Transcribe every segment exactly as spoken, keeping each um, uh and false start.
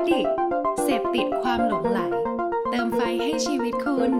Addict เสพติดความหลงใหลเติมไฟให้ชีวิตคุณ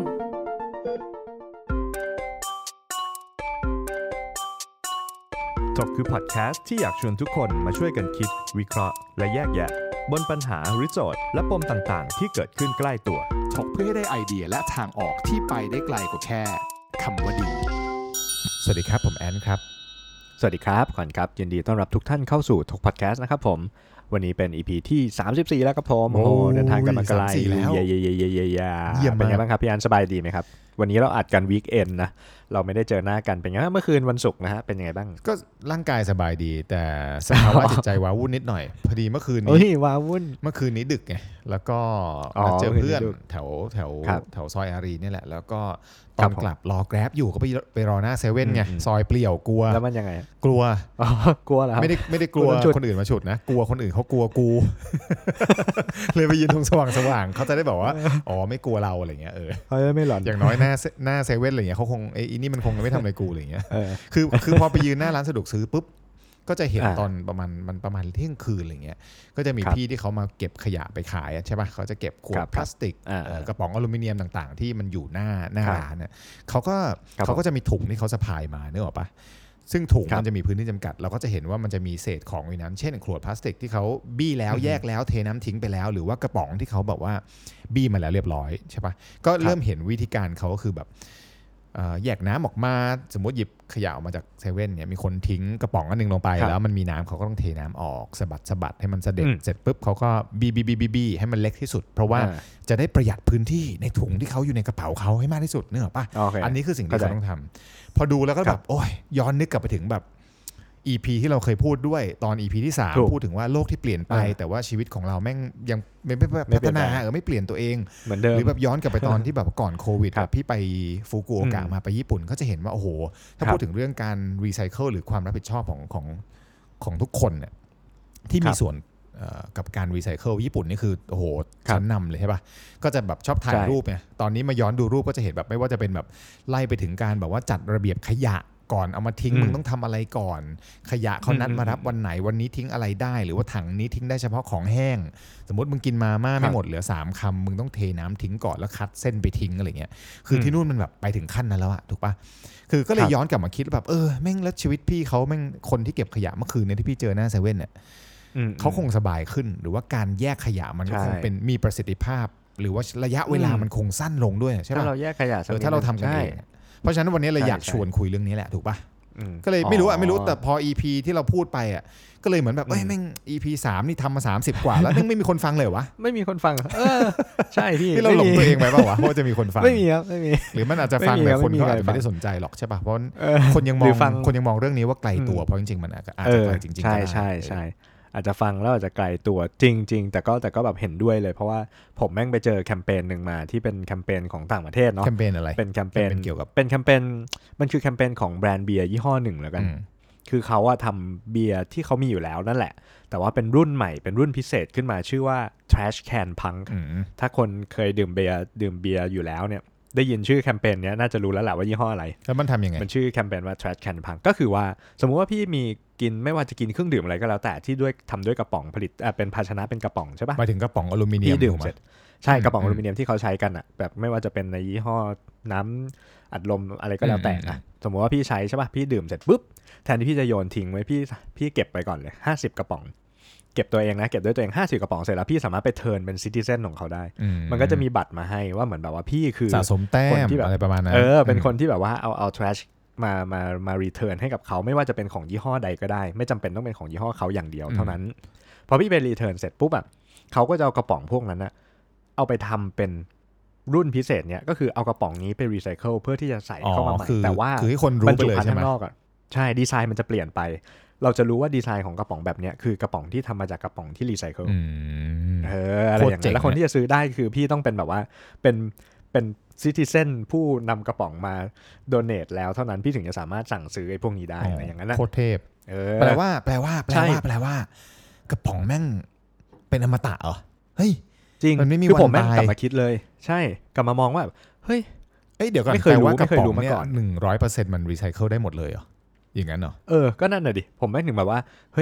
ถกคือพอดแคสต์ที่อยากชวนทุกคนมาช่วยกันคิดวิเคราะห์และแยกแยะบนปัญหาหรือโจทย์และปมต่างๆที่เกิดขึ้นใกล้ตัวถกเพื่อให้ได้ไอเดียและทางออกที่ไปได้ไกลกว่าแค่คำว่าดีสวัสดีครับผมแอนครับสวัสดีครับก่อนครับยินดีต้อนรับทุกท่านเข้าสู่ถกพอดแคสต์นะครับผมวันนี้เป็น อี พี ที่สามสิบสี่แล้วครับผมโอ้โหเดินทางกันมาไกลแล้วเย่ๆๆๆๆเป็นไงบ้างครับพี่อันสบายดีไหมครับวันนี้เราอัดกันวีคเอนด์นะเราไม่ได้เจอหน้ากันเป็นไงเมื่อคืนวันศุกร์นะฮะเป็นยังไงบ้างก็ร่างกายสบายดีแต่สภาวะจิตใจว้าวุ่นนิดหน่อยพอดีเมื่อคืนนี้ว้าวุ่นเมื่อคืนนี้ดึกไงแล้วก็มาเจอเพื่อนแถวแถวแถวซอยอารีนี่แหละแล้วก็ตอนกลับรอแกร็บอยู่ก็ไปไปรอหน้าเซเว่นไงซอยเปลี่ยวกลัวแล้วมันยังไงกลัวกลัวเหรอไม่ได้ไม่ได้กลัวคนอื่นมาฉุดนะกลัวคนอื่นเขากลัวกูเลยไปยืนตรงสว่างสว่างเขาจะได้บอกว่าอ๋อไม่กลัวเราอะไรเงี้ยเออเขาไม่หลอนอย่างน้อยหน้าหน้าเซเว่นอะไรเงี้ยเขาคงไอ้นี่มันคงไม่ทำอะไรกูอะไรเงี้ยคือคือพอไปยืนหน้าร้านสะดวกซื้อปุ๊บก็จะเห็นตอนประมาณมันประมาณเที่ยงคืนอะไรเงี้ยก็จะมีพี่ที่เขามาเก็บขยะไปขายใช่ป่ะเขาจะเก็บขวดพลาสติกกระป๋องอลูมิเนียมต่างๆที่มันอยู่หน้าหน้าร้านเนี่ยเขาก็เขาก็จะมีถุงที่เขาสะพายมาเนอะป่ะซึ่งถุงมันจะมีพื้นที่จำกัดเราก็จะเห็นว่ามันจะมีเศษของอยู่นั้นเช่นขวดพลาสติกที่เขาบี้แล้วแยกแล้วเทน้ำทิ้งไปแล้วหรือว่ากระป๋องที่เขาแบบว่าบี้มาแล้วเรียบร้อยใช่ป่ะก็เริ่มเห็นวิธีการเขาก็คือแบบแยกน้ำออกมาสมมติหยิบขยะออกมาจากเซเว่นเนี่ยมีคนทิ้งกระป๋องอันนึงลงไปแล้วมันมีน้ำเขาก็ต้องเทน้ำออกสะบัดสะบัดให้มันเสด็จเสร็จปุ๊บเขาก็บีบีบีบีบีให้มันเล็กที่สุดเพราะว่าจะได้ประหยัดพื้นที่ในถุงที่เขาอยู่ในกระเป๋าเขาให้มากที่สุดเนอะป่ะอันนี้คือสิ่งที่เขาต้องทำพอดูแล้วก็แบบโอ้ยย้อนนึกกลับไปถึงแบบ อี พี ที่เราเคยพูดด้วยตอน อี พี ที่สามพูดถึงว่าโลกที่เปลี่ยนไปแต่ว่าชีวิตของเราแม่งยังไม่พัฒนาเออไม่เปลี่ยนตัวเองเหมือนเดิมหรือแบบย้อนกลับไปตอนที่แบบก่อนโควิดพี่ไปฟุกุโอกะมาไปญี่ปุ่นก็จะเห็นว่าโอ้โหถ้าพูดถึงเรื่องการรีไซเคิลหรือความรับผิดชอบของของของทุกคนเนี่ยที่มีส่วนกับการรีไซเคิลญี่ปุ่นนี่คือโอ้โหชั้นนำเลยใช่ป่ะก็จะแบบชอบถ่ายรูปเนี่ยตอนนี้มาย้อนดูรูปก็จะเห็นแบบไม่ว่าจะเป็นแบบไล่ไปถึงการแบบว่าจัดระเบียบขยะก่อนเอามาทิ้งมึงต้องทำอะไรก่อนขยะเขานัดมารับวันไหนวันนี้ทิ้งอะไรได้หรือว่าถังนี้ทิ้งได้เฉพาะของแห้งสมมติมึงกินมาม่าไม่หมดเหลือสามคำมึงต้องเทน้ำทิ้งก่อนแล้วคัดเส้นไปทิ้งอะไรเงี้ยคือที่นู่นมันแบบไปถึงขั้นนั้นแล้วอะถูกปะคือก็เลยย้อนกลับมาคิดแบบเออแม่งแล้วชีวิตพี่เขาแม่งคนที่เก็บขยะเมื่อคืนเนี่ยที่พี่เจอหน้าเซเว่นเนี่ยเขาคงสบายขึ้นหรือว่าการแยกขยะมันก็คงเป็นมีประสิทธิภาพหรือว่าระยะเวลามันคงสั้นลงด้วยใช่ปะถ้าเราแยกขยะถ้าเราทำกันเองเพราะฉะนั้นวันนี้เราอยากชวนคุยเรื่องนี้แหละถูกปะก็เลยไม่รู้อ่ะไม่รู้แต่พอ อี พี ที่เราพูดไปอ่ะก็เลยเหมือนแบบเอ้ยแม่ง อี พี สามนี่ทำมาสามสิบกว่าแล้วแม่งไม่มีคนฟังเลยวะไม่มีคนฟังเออใช่พี่ที่เราหลงตัวเองไปเปล่าวะว่าจะมีคนฟังไม่มีครับไม่มีหรือมันอาจจะฟังแต่คนเขาอาจจะไม่ได้สนใจหรอกใช่ป่ะเพราะคนยังมองคนยังมองเรื่องนี้ว่าไกลตัวเพราะจริงๆมันอาจจะไกลจริงๆใช่ใช่ใช่อาจจะฟังแล้วอาจจะไกลตัวจริงๆแต่ก็แต่ก็แบบเห็นด้วยเลยเพราะว่าผมแม่งไปเจอแคมเปญนึงมาที่เป็นแคมเปญของต่างประเทศเนาะแคมเปญอะไรเป็นแคมเปญเกี่ยวกับเป็นแคมเปญมันคือแคมเปญของแบรนด์เบียร์ยี่ห้อหนึ่งแล้วกันคือเขาอะทำเบียร์ที่เขามีอยู่แล้วนั่นแหละแต่ว่าเป็นรุ่นใหม่เป็นรุ่นพิเศษขึ้นมาชื่อว่า Trash Can Punk ถ้าคนเคยดื่มเบียร์ดื่มเบียร์อยู่แล้วเนี่ยได้ยินชื่อแคมเปญนี้น่าจะรู้แล้วแหละว่ายี่ห้ออะไรแล้วมันทำยังไงมันชื่อแคมเปญว่า Trash Can Punk ก็คือว่าสมมุติว่าพี่มีกินไม่ว่าจะกินเครื่องดื่มอะไรก็แล้วแต่ที่ด้วยทำด้วยกระป๋องผลิตเป็นภาชนะเป็นกระป๋องใช่ปะหมายถึงกระป๋องอลูมิเนียมที่ดื่มเสร็จใช่กระป๋องอลูมิเนียมที่เขาใช้กันอ่ะแบบไม่ว่าจะเป็นในยี่ห้อน้ำอัดลมอะไรก็แล้วแต่นะสมมติว่าพี่ใช้ใช่ป่ะพี่ดื่มเสร็จปุ๊บแทนที่พี่จะโยนทิ้งไว้พี่พี่เก็บไปก่อนเลยห้าสิบกระป๋องเก็บตัวเองนะเก็บด้วยตัวเองห้าสิบกระป๋องเสร็จแล้วพี่สามารถไปเทิร์นเป็นซิติเซนของเขาได้มันก็จะมีบัตรมาให้ว่าเหมือนแบบว่าพี่คือสะสมแต้มอะไรประมาณนั้นเออเป็นคนที่แบบว่าเอาเอา trash มามามารีเทิร์นให้กับเขาไม่ว่าจะเป็นของยี่ห้อใดก็ได้ไม่จำเป็นต้องเป็นของยี่ห้อเขาอย่างเดียวเท่านั้นพอพี่ไปรีเทิร์นเสร็จปุ๊บแบบเขาก็จะเอากระป๋องพวกนั้นนะเอาไปทำเป็นรุ่นพิเศษเนี่ยก็คือเอากระป๋องนี้ไปรีไซเคิลเพื่อที่จะใส่เข้ามาใหม่แต่ว่าคือให้คนรู้ไปเลยใช่ไหมใช่ดีไซน์มันจะเปลี่ยนไปเราจะรู้ว่าดีไซน์ของกระป๋องแบบนี้คือกระป๋องที่ทำมาจากกระป๋องที่รีไซเคิลเอออะไรอย่างเงี้ยแล้วคนที่จะซื้อได้คือพี่ต้องเป็นแบบว่าเป็นเป็นซิติเซนผู้นำกระป๋องมาโดเนทแล้วเท่านั้นพี่ถึงจะสามารถสั่งซื้อไอ้พวกนี้ได้อะไรอย่างนั้นนะโคตรเทพแปลว่าแปลว่าแปลว่าแปลว่ากระป๋องแม่งเป็นอมตะเหรอเฮ้ยจริงมันไม่มีวันตายคือผมแม่งกลับมาคิดเลยใช่กลับมามองว่าเฮ้ยเอ้ยเดี๋ยวก่อนแปลว่ากระป๋องเนี่ยหนึ่งร้อยเปอร์เซ็นต์มันรีไซเคิลได้หมดเลยเหรออย่างนั้นเหรอเออก็นั่นน่ะดิผมแม่งถึงแบบว่าเฮ้ย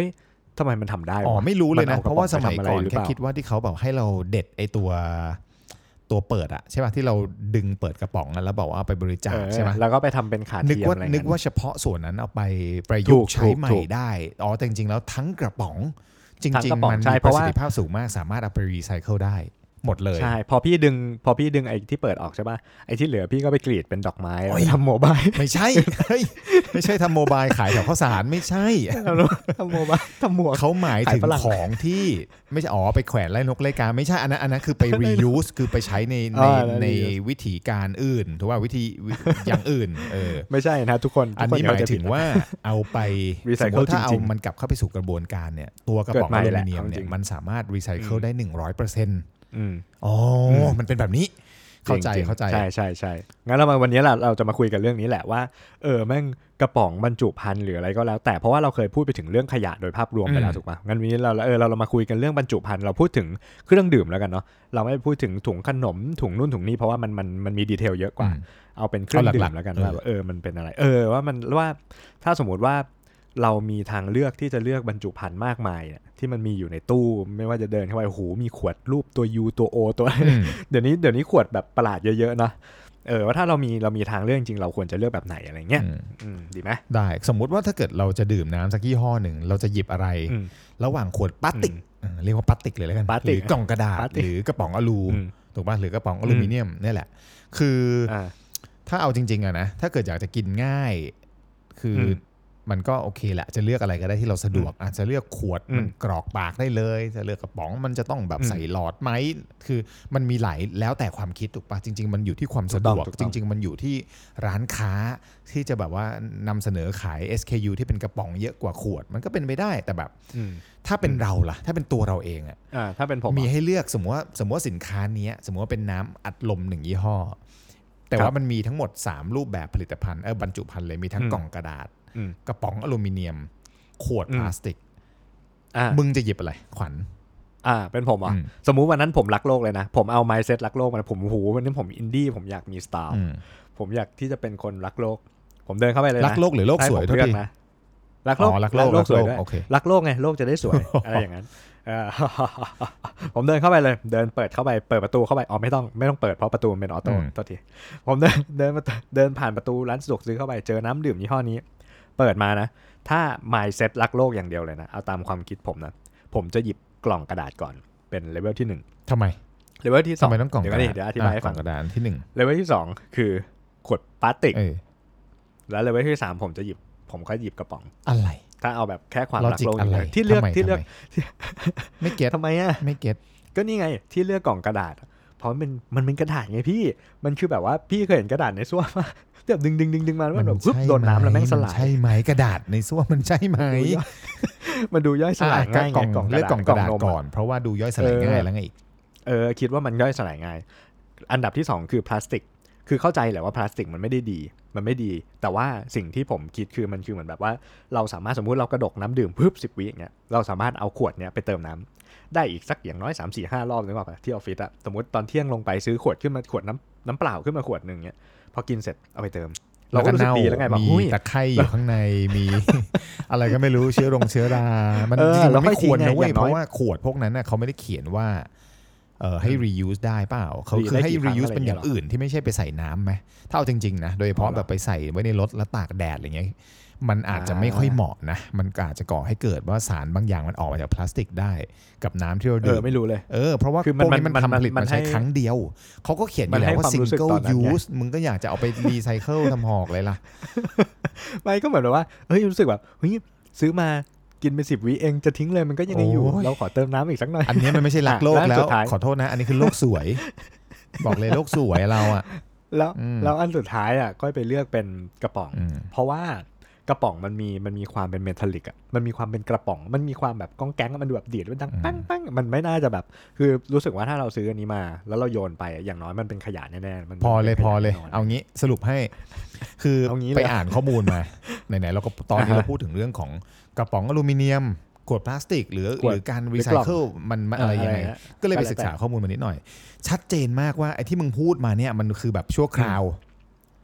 ทำไมมันทำได้อ๋อไม่รู้เลยนะมัเพราะว่าสมัยก่อนหรือแค่เปล่าคิดว่าที่เขาแบบให้เราเด็ดไอตัวตัวเปิดอะใช่ป่ะที่เราดึงเปิดกระป๋องอะแล้วบอกว่าเอาไปบริจาคเออใช่ไหมแล้วก็ไปทำเป็นขานึกเทียมว่าอะไรนึกเงี้ยว่าเฉพาะส่วนนั้นเอาไปประยุถูกกต์ใช้ใหม่ถูกได้อ๋อแต่จริงๆแล้วทั้งกระป๋องจทั้งริงกระป๋องๆมันใช่มีเพประราะสิว่าทธิภาพสูงมากสามารถเอาไปรีไซเคิลได้หมดเลยใช่พอพี่ดึงพอพี่ดึงไอ้ที่เปิดออกใช่ป่ะไอ้ที่เหลือพี่ก็ไปกรีดเป็นดอกไม้โอ้ยทำโมบายไม่ใช่เฮ้ยไม่ใช่ทำโมบายขายแถวข้าวสารไม่ใช่ทำโมบายทำหมวกเขาหมายถึงขายฝรั่งของที่ไม่ใช่อ๋อไปแขวนไล่นกไล่กาไม่ใช่อันนั้นอันนั้นคือไป reuse คือไปใช้ในในอ่าแล้วใน reuse วิธีการอื่นถูกป่ะวิธีวิอย่างอื่นเออไม่ใช่นะทุกคนอันนี้ทุกคหมายเดี๋วถึงจะผิดว่าเอาไป Recycle สมมติถ้าเอาจริงๆมันกลับเข้าไปสู่กระบวนการเนี่ยตัวกระป๋องเกิดใหม่อลูแหละมิเนียมเอาจเนี่ริยงมันสามารถรีไซเคิลได้หนึ่งร้อยเปอร์เซ็นต์อืมอ๋ออมมันเป็นแบบนี้เข้าใจจริงๆเข้าใจใช่ใช่ใช่งั้นเรามาวันนี้เราเราจะมาคุยกันเรื่องนี้แหละว่าเออแม่งกระป๋องบรรจุภัณฑ์หรืออะไรก็แล้วแต่เพราะว่าเราเคยพูดไปถึงเรื่องขยะโดยภาพรวมไปแล้วอืมถูกป่ะงั้นวันนี้เราเออเราเรามาคุยกันเรื่องบรรจุภัณฑ์เราพูดถึงเครื่องดื่มแล้วกันเนาะเราไม่พูดถึงถุงขนมถุงนู่นถุงนี้เพราะว่ามันมันมันมีดีเทลเยอะกว่าอืมเอาเป็นเครื่องดื่เอาหลัมกๆแล้วกันเออว่าเออมันเป็นอะไรเออว่ามันว่าถ้าสมมติว่าเรามีทางเลือกที่จะเลือกบรรจุภัณฑ์มากมายเนี่ยที่มันมีอยู่ในตู้ไม่ว่าจะเดินเข้าไปโอ้โหมีขวดรูปตัว U ตัว O ตัวอืมเดี๋ยวนี้เดี๋ยวนี้ขวดแบบประหลาดเยอะๆนะเออว่าถ้าเรามีเรามีทางเลือกจริงๆเราควรจะเลือกแบบไหนอะไรเงี้ยอืมอืมดีไหมได้สมมุติว่าถ้าเกิดเราจะดื่มน้ำสักยี่ห้อหนึ่งเราจะหยิบอะไรอืมระหว่างขวดพลาสติกอืมเออเรียกว่าพลาสติกเลยแล้วกันพลาสหติรืกอกล่องกระดาษพลาสติกหรือกระป๋องอลูอืมถูกป่ะหรือกระป๋องอลูมิเนียมเนี่ยแหละ คือออ่าถ้าเอาจริงๆอะนะถ้าเกิดอยากจะกินง่าย คืออมมันก็โอเคแหละจะเลือกอะไรก็ได้ที่เราสะดวกอาจจะเลือกขวดอืมมันกรอกปากได้เลยจะเลือกกระป๋องมันจะต้องแบบอืมใส่หลอดไหมคือมันมีหลายแล้วแต่ความคิดถูกป่ะจริง ๆ มันอยู่ที่ความสะดวกถูกจต้องริง ๆ มันอยู่ที่ร้านค้าที่จะแบบว่านำเสนอขาย เอส เค ยู ที่เป็นกระป๋องเยอะกว่าขวดมันก็เป็นไปได้แต่แบบอืมถ้าเป็นเราล่ะ ถ้าเป็นตัวเราเองอะอ่าถ้าเป็นผมมีอ่ะให้เลือกสมมติว่าสมมติว่าสินค้าเนี้ยสมมติว่าเป็นน้ำอัดลมหนึ่งยี่ห้อ แต่ครับว่ามันมีทั้งหมดสามรูปแบบผลิตภัณฑ์เออบรรจุภัณฑ์เลยมีทั้งอืมกล่องกระดาษอืมกระป๋องอลูมิเนียม ขวดอืมพลาสติกอ่ามึงจะหยิบอะไรขวัญอ่าเป็นผมอ่ะอืมสมมุติวันนั้นผมรักโลกเลยนะผมเอา mindset รักโลกมาผมหูวันนี้ผมอินดี้ผมอยากมีสไตล์อืมผมอยากที่จะเป็นคนรักโลก ผมเดินเข้าไปเลยนะรักโลกหรือโลกให้สวยผมเท่าเลือกที่นะรักโลกอ๋อรักโลกโลกสวยรักโลกด้วยโอเครักโลกไงโลกจะได้สวย อะไรอย่างนั้นเออ ผมเดินเข้าไปเลยเดินเปิดเข้าไปเปิดประตูเข้าไปอ๋อไม่ต้องไม่ต้องเปิดเพราะประตูมันเป็นออโต้อืมโทษทีผมเดินเดินมาเดินผ่านประตูร้านสะดวกซื้อเข้าไปเจอน้ำดื่มยี่ห้อนี้ เปิดมานะ ถ้า mindset รักโลกอย่างเดียวเลยนะเอาตามความคิดผมนะผมจะหยิบกล่องกระดาษก่อนเป็นเลเวลที่หนึ่งทำไมเลเวลที่สทำองไมต้องกล่องเดี๋ยกวระก็ดาษนี่เดี๋ยวอธิบายให้ะกล่ฟัอง งกระดาษที่หนึ่งเลเวลที่สองคือขวดพลาสติกเออแล้วเลเวลที่สามผมจะหยิบผมก็หยิบกระป๋องอะไรถ้าเอาแบบแค่ความรัก Logic โลกอะไรที่เลือกทำไมที่เลือกทำไม ไม่เก็ตทำไมอ่ะไม่เก็ตก็นี่ไงที่เลือกกล่องกระดาษ เพราะมันเป็นมันเป็นกระดาษไงพี่มันคือแบบว่าพี่เคยเห็นกระดาษในส้วมป่ะแบบดึงดึงดึงดึงมาแล้วมันแบบปึ๊บโดนน้ำแล้วแม่งสลายใช่ไหมกระดาษในส้วมมันใช่ไหมมันดูย่อยสลายง่ายกล่ไงองกล่องเลือกกล่องกระดาษนมก่อนเพราะว่าดูย่อยสลายง่ายแล้วไงอีกเออคิดว่ามันย่อยสลายง่าย อันดับที่สองคือพลาสติกคือเข้าใจแหละว่าพลาสติกมันไม่ได้ดีมันไม่ดี แต่ว่าสิ่งที่ผมคิดคือมันคือเหมือนแบบว่าเราสามารถสมมุติเรากระดกน้ำดื่มปึ๊บสิบวิอย่างเงี้ยเราสามารถเอาขวดเนี้ยไปเติมน้ำได้อีกสักอย่างน้อยสามสี่ห้ารอบนึกออกปะที่ออฟฟิศอะสมมติตอนเที่ยงลงไปซื้อขวดขึ้นมาขวดน้ำน้ำเปล่าขึ้นมาขวดหนึ่งเงี้ยพอกินเสร็จเอาไปเติมเราก็รู้สึกดีแล้วไงแบบมีหุ้ยตะไคร่อยู่ข้างในมี อะไรก็ไม่รู้เชื้อรงเชื้อรา มันเออจริงๆแล้มัวนไม่ควรค่อยทิ้งไงนะเว้อย ย่างน้อยเพราะว่าขวดพวกนั้นน่ะเขาไม่ได้เขียนว่าเอ่อให้ reuse ได้เปล่าเขารีคือให้ได้กี่ครั้ง reuse อะไรเป็นอย่างเงี้ยหรออื่นที่ไม่ใช่ไปใส่น้ำไหมถ้าเอาจริงๆนะโดยเฉพาะอ๋อเหรอแบบไปใส่ไว้ในรถแล้วตากแดดอะไรเงี้ยมันอาจจะอ่าไม่ค่อยเหมาะนะมันก็อาจจะก่อให้เกิดว่าสารบางอย่างมันออกมาจากพลาสติกได้กับน้ำที่เราเอดื่อมไม่รู้เลยเออเพราะว่าคือพมันวกนี้มันมันทำผลิตมันมาใช้ให้ครั้งเดียวเขาก็เขียนอมันยู่ให้แล้วว่าความรู้สึก single ตอนนั้นไง use มึงก็อยากจะเอาไปรีไซเคิลทำหอกเลยล่ะไม่ก็เหมือนแบบว่าเฮ้ยรู้สึกแบบเฮ้ยซื้อมากินเป็นสิบวิเองจะทิ้งเลยมันก็ยังไงอยู่โอ้ยเราขอเติมน้ำอีกสักหน่อยอันนี้มันไม่ใช่รักโลกอ่ะแล้สุวดท้ายขอโทษนะ อันนี้คือโลกสวย บอกเลยโลกสวยเราอ่ะแล้วอืมแล้วอันสุดท้ายอ่ะก็ไปเลือกเป็นกระป๋องอืมเพราะว่ากระป๋องมันมีมันมีความเป็นเมทัลลิกอ่ะมันมีความเป็นกระป๋องมันมีความแบบก้องแก๊งอะมันดูแบบดีดมันดังปังปังมันไม่น่าจะแบบ คือรู้สึกว่าถ้าเราซื้ออันนี้มา แล้วเราโยนไปอะอย่างน้อยมันเป็นขยะแน่ๆมันพอเลยป็นพขอเลยแน่นนเอางี้สรุปให้ คือเอางี้เลยไปอ่านข้อมูลมา ไหนๆเราก็ตอนนี้อ่าฮะเราพูดถึงเรื่องของกระป๋องอลูมิเนียมขวดพลาสติก หรือขวดหรือการหรืรีอไซกล่องเคิลมันมันอะไรยังไงอะไรฮะก็เลยไปก็แล้วศึกษาแต่ข้อมูลมานิดหน่อย ชัดเจนมากว่าไอ้ที่มึงพูดมาเนี่ยมันคือแบบชั่วคราว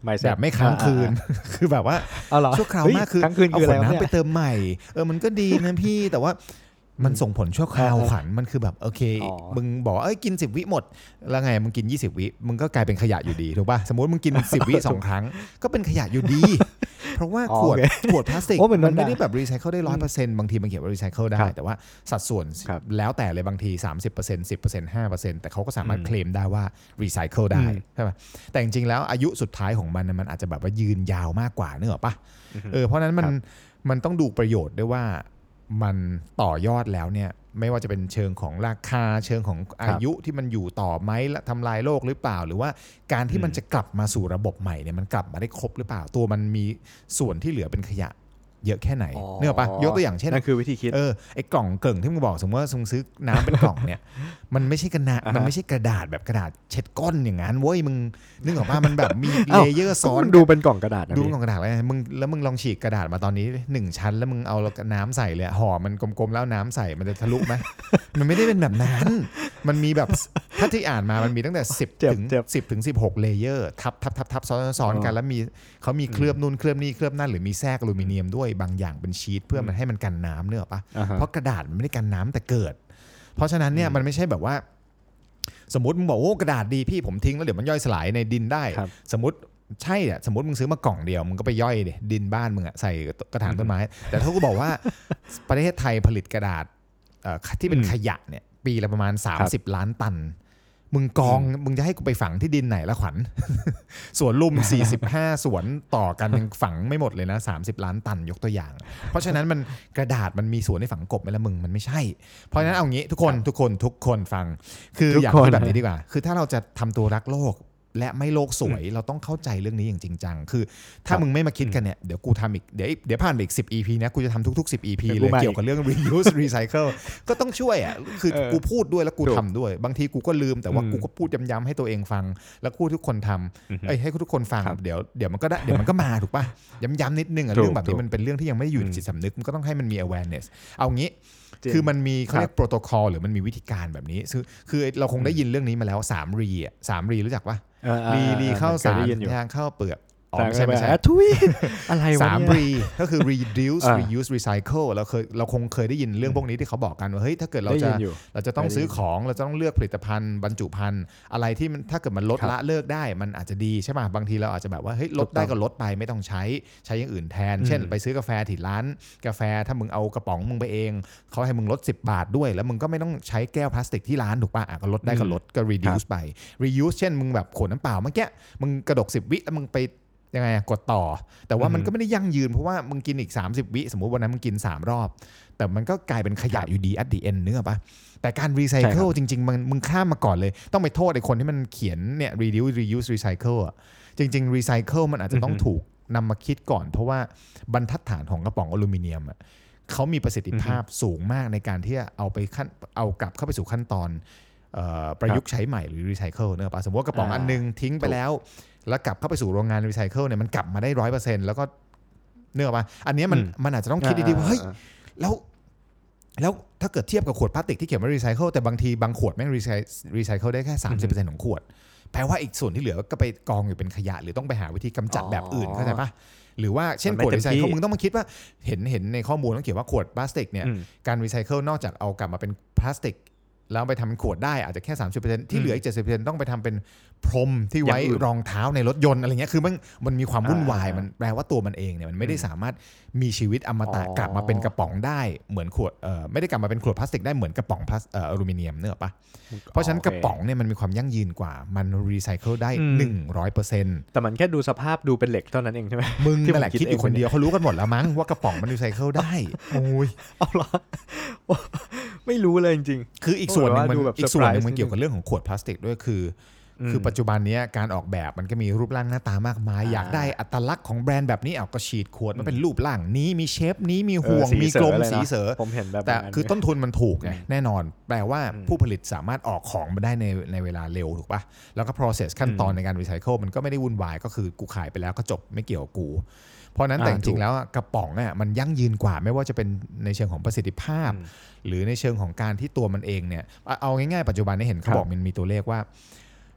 แบบไม่ค้างคืนคือแบบว่าชั่วคราวมากคือเอาขวดน้ำไปเติมใหม่เออมันก็ดีนะพี่แต่ว่ามันส่งผลชั่วคราวขันมันคือแบบโอเคมึงบอกเอ้ยกินสิบวิหมดแล้วไงมึงกินยี่สิบวิมึงก็กลายเป็นขยะอยู่ดีถูกป่ะสมมติมึงกินสิบวิสองครั้งก็เป็นขยะอยู่ดีเพราะว่าขวดขวดพลาสติกมันไม่ได้แบบรีไซเคิลได้ ร้อยเปอร์เซ็นต์ บางทีมันเขียนว่ารีไซเคิลได้แต่ว่าสัดส่วนแล้วแต่เลยบางที สามสิบเปอร์เซ็นต์ สิบเปอร์เซ็นต์ ห้าเปอร์เซ็นต์ แต่เขาก็สามารถเคลมได้ว่ารีไซเคิลได้ใช่ป่ะแต่จริงๆแล้วอายุสุดท้ายของมันมันอาจจะแบบว่ายืนยาวมากกว่าเนอะป่ะเออเพราะนั้นมันมันต้องดูประโยชน์ด้วยว่ามันต่อยอดแล้วเนี่ยไม่ว่าจะเป็นเชิงของราคาเชิงของอายุที่มันอยู่ต่อไหมและทำลายโลกหรือเปล่าหรือว่าการที่มันจะกลับมาสู่ระบบใหม่เนี่ยมันกลับมาได้ครบหรือเปล่าตัวมันมีส่วนที่เหลือเป็นขยะเยอะแค่ไหนเนอะปะยกตัวอย่างเช่นนั่นคือวิธีคิดเออไอ้กล่องเกิ่งที่มึงบอกสมมติว่ามึงซื้อน้ำเป็นกล่องเนี่ยมันไม่ใช่กระดาษมันไม่ใช่กระดาษแบบกระดาษเช็ดก้นอย่างนั้นเว้ยมึงนึกออกป่ะมันแบบมีเลเยอร์ซ้อนดูเป็นกล่องกระดาษดูกล่องกระดาษเลยมึงแล้วมึงลองฉีกกระดาษมาตอนนี้หนึ่งชั้นแล้วมึงเอาน้ำใส่เลยห่อมันกลมๆแล้วน้ำใส่มันจะทะลุไหมมันไม่ได้เป็นแบบนั้นมันมีแบบถ้าที่อ่านมามันมีตั้งแต่สิบถึงสิบถึงสิบหกเลเยอร์ทับทับทับทับซ้อนๆกันแล้วมีเขามีเคลือบนู่นเคลือบนี่เคลือบนั่นหรือมีแทรกอลูมิเนียมด้วยบางอย่างเป็นชีทเพื่อมันให้มันกันน้ำเนอะปะเพราะกระดาษมันไม่ได้กันน้ำแต่เกิดเพราะฉะนั้นเนี่ยมันไม่ใช่แบบว่าสมมติมึงบอกโอ้กระดาษดีพี่ผมทิ้งแล้วเดี๋ยวมันย่อยสลายในดินได้สมมติใช่อ่ะสมมติมึงซื้อมากล่องเดียวมึงก็ไปย่อยดิดินบ้านมึงอ่ะใส่กระถางต้นไม้แต่ถ้ากูบอกว่าประเทศไทยผลิตกระดาษที่เป็นขยะเนี่ยปีละประมาณสามสิบล้านตันมึงกองมึงจะให้กูไปฝังที่ดินไหนละขวัญ สวนลุมสี่สิบห้าสวนต่อกันยังฝังไม่หมดเลยนะสามสิบล้านตันยกตัวอย่างเพราะฉะนั้นมันกระดาษมันมีสวนให้ฝังกบไหมละมึงมันไม่ใช่เพราะฉะนั้นเอางี้ทุกคนทุกคนทุกคนฟังคืออยากพูดแบบนี้ดีกว่าคือถ้าเราจะทำตัวรักโลกและไม่โลกสวยเราต้องเข้าใจเรื่องนี้อย่างจริงจังคือถ้ามึงไม่มาคิดกันเนี่ยเดี๋ยวกูทำอีกเดี๋ยวเดี๋ยวผ่านไปอีกสิบ อี พี นะกูจะทำทุกๆสิบ อี พี เลยเกี่ยวกับเรื่อง reuse recycle ก็ต้องช่วยอ่ะคือกูพูดด้วยแล้วกูทำด้วยบางทีกูก็ลืมแต่ว่ากูก็พูดย้ำๆให้ตัวเองฟังแล้วพูดทุกคนทำเอ้ยให้ทุกคนฟังเดี๋ยวเดี๋ยวมันก็ได้เดี๋ยวมันก็มาถูกป่ะย้ำๆนิดนึงอ่ะเรื่องแบบนี้มันเป็นเรื่องที่ยังไม่อยู่ในจิตสำนึกมันก็ต้องให้มันมี awareness เอางี้คือมันมีเขาเรียกโปรโตคอลหรือมันมีวิธีการแบบนี้คือคือเราคงได้ยินเรื่องนี้มาแล้วสามรีอ่ะสามรีรู้จักป่ะรีรีเข้าสารทางเข้าเปลือกอ๋อไม่ใช่ไม่ใช่ทุยอะไรวะสามรีก็คือ reduce reuse recycle เราเคยเราคงเคยได้ยินเรื่องพวกนี้ที่เขาบอกกันว่าเฮ้ยถ้าเกิดเราจะเราจะต้องซื้อของเราจะต้องเลือกผลิตภัณฑ์บรรจุภัณฑ์อะไรที่มันถ้าเกิดมันลดละเลิกได้มันอาจจะดีใช่ป่ะบางทีเราอาจจะแบบว่าเฮ้ยลดได้ก็ลดไปไม่ต้องใช้ใช้อย่างอื่นแทนเช่นไปซื้อกาแฟที่ร้านกาแฟถ้ามึงเอากระป๋องมึงไปเองเขาให้มึงลดสิบบาทด้วยแล้วมึงก็ไม่ต้องใช้แก้วพลาสติกที่ร้านถูกป่ะอ่ะก็ลดได้ก็ลดก็ reduce ไป reuse เช่นมึงแบบขวดน้ำเปล่าเมื่อกี้มึงกระดกสิบวิแล้วมึงไปยังไงกดต่อแต่ว่ามันก็ไม่ได้ยั่งยืนเพราะว่ามึงกินอีกสามสิบวิสมมุติวันนั้นมึงกินสามรอบแต่มันก็กลายเป็นขยะอยู่ดี at the end เนื้อปะแต่การรีไซเคิลจริงๆมันมึงข้ามมาก่อนเลยต้องไปโทษไอ้คนที่มันเขียนเนี่ย reduce reuse recycle อ่ะจริงๆ recycle มันอาจจะต้องถูกนำมาคิดก่อนเพราะว่าบรรทัดฐานของกระป๋องอลูมิเนียมอ่ะเขามีประสิทธิภาพสูงมากในการที่จะเอาไปขั้นเอากลับเข้าไปสู่ขั้นตอนประยุกต์ใช้ใหม่หรือรีไซเคิลเนอะปะสมมติว่ากระป๋องอันนึงทิ้งไปแล้วแล้วกลับเข้าไปสู่โรงงานรีไซเคิลเนี่ยมันกลับมาได้ร้อยเปอร์เซ็นต์แล้วก็เนื้อป่ะอันนี้มันมันอาจจะต้องคิดดีๆว่าเฮ้ยแล้วแล้วถ้าเกิดเทียบกับขวดพลาสติกที่เขียนว่ารีไซเคิลแต่บางทีบางขวดแม่งรีไซรีไซเคิลได้แค่ สามสิบเปอร์เซ็นต์ ของขวดแปลว่าอีกส่วนที่เหลือก็ไปกองอยู่เป็นขยะหรือต้องไปหาวิธีกำจัดแบบอื่นเข้าใจป่ะหรือว่าเช่นขวดรีไซเคิลมึงต้องมาคิดว่าเห็นเห็นในข้อมูลต้องเขียนว่าขวดพลาสติกเนี่ยการรีไซเคิลนอกจากเอากลับมาเป็นพลาสติกแล้วไปทำเป็นขวดได้อาจจะแค่ สามสิบเปอร์เซ็นต์ ที่เหลืออีก เจ็ดสิบเปอร์เซ็นต์ ต้องไปทำเป็นพรมที่ไว้รองเท้าในรถยนต์อะไรเงี้ยคือมันมันมีความวุ่นวายมันแปลว่าตัวมันเองเนี่ยมันไม่ได้สามารถมีชีวิตอมตะกลับมาเป็นกระป๋องได้เหมือนขวดเอ่อไม่ได้กลับมาเป็นขวดพลาสติกได้เหมือนกระป๋องพลาสเอ่ออลูมิเนียมเนอะปะเพราะฉะนั้นกระป๋องเนี่ยมันมีความยั่งยืนกว่ามันรีไซเคิลได้ หนึ่งร้อยเปอร์เซ็นต์แต่มันแค่ดูสภาพดูเป็นเหล็กเท่านั้นเองใช่ไหมมึงนั่นแหละคิดอยู่คนเดียวเขารู้กันหมดแล้วมั้งว่ากระป๋องมันรีไซเคิลได้โอ้ยเอาล่ะไม่รู้เลยจริงๆคืออีกส่วนนึงมันอีกส่วนนึงมันเกี่ยวกับเรื่องของขวดพลาสติกด้วยคือคือปัจจุบันนี้การออกแบบมันก็มีรูปร่างหน้าตามากมายอยากได้อัตลักษณ์ของแบรนด์แบบนี้เอาก็ฉีดขวดมันเป็นรูปร่างนี้มีเชฟนี้มีห่วงมีกลมสีเสือผมเห็นแบบแต่คือต้นทุนมันถูกไงแน่นอนแปลว่าผู้ผลิตสามารถออกของมาได้ในในเวลาเร็วถูกป่ะแล้วก็ process ขั้นตอนในการรีไซเคิลมันก็ไม่ได้วุ่นวายก็คือกูขายไปแล้วก็จบไม่เกี่ยวกับกูเพราะนั้นแต่จริงๆแล้วกระป๋องเนี่ยมันยั่งยืนกว่าไม่ว่าจะเป็นในเชิงของประสิทธิภาพหรือในเชิงของการที่ตัวมันเองเนี่ยเอาง่ายๆปัจจุบันนี้เห็นเขาบอกมันมีตัวเลขว่า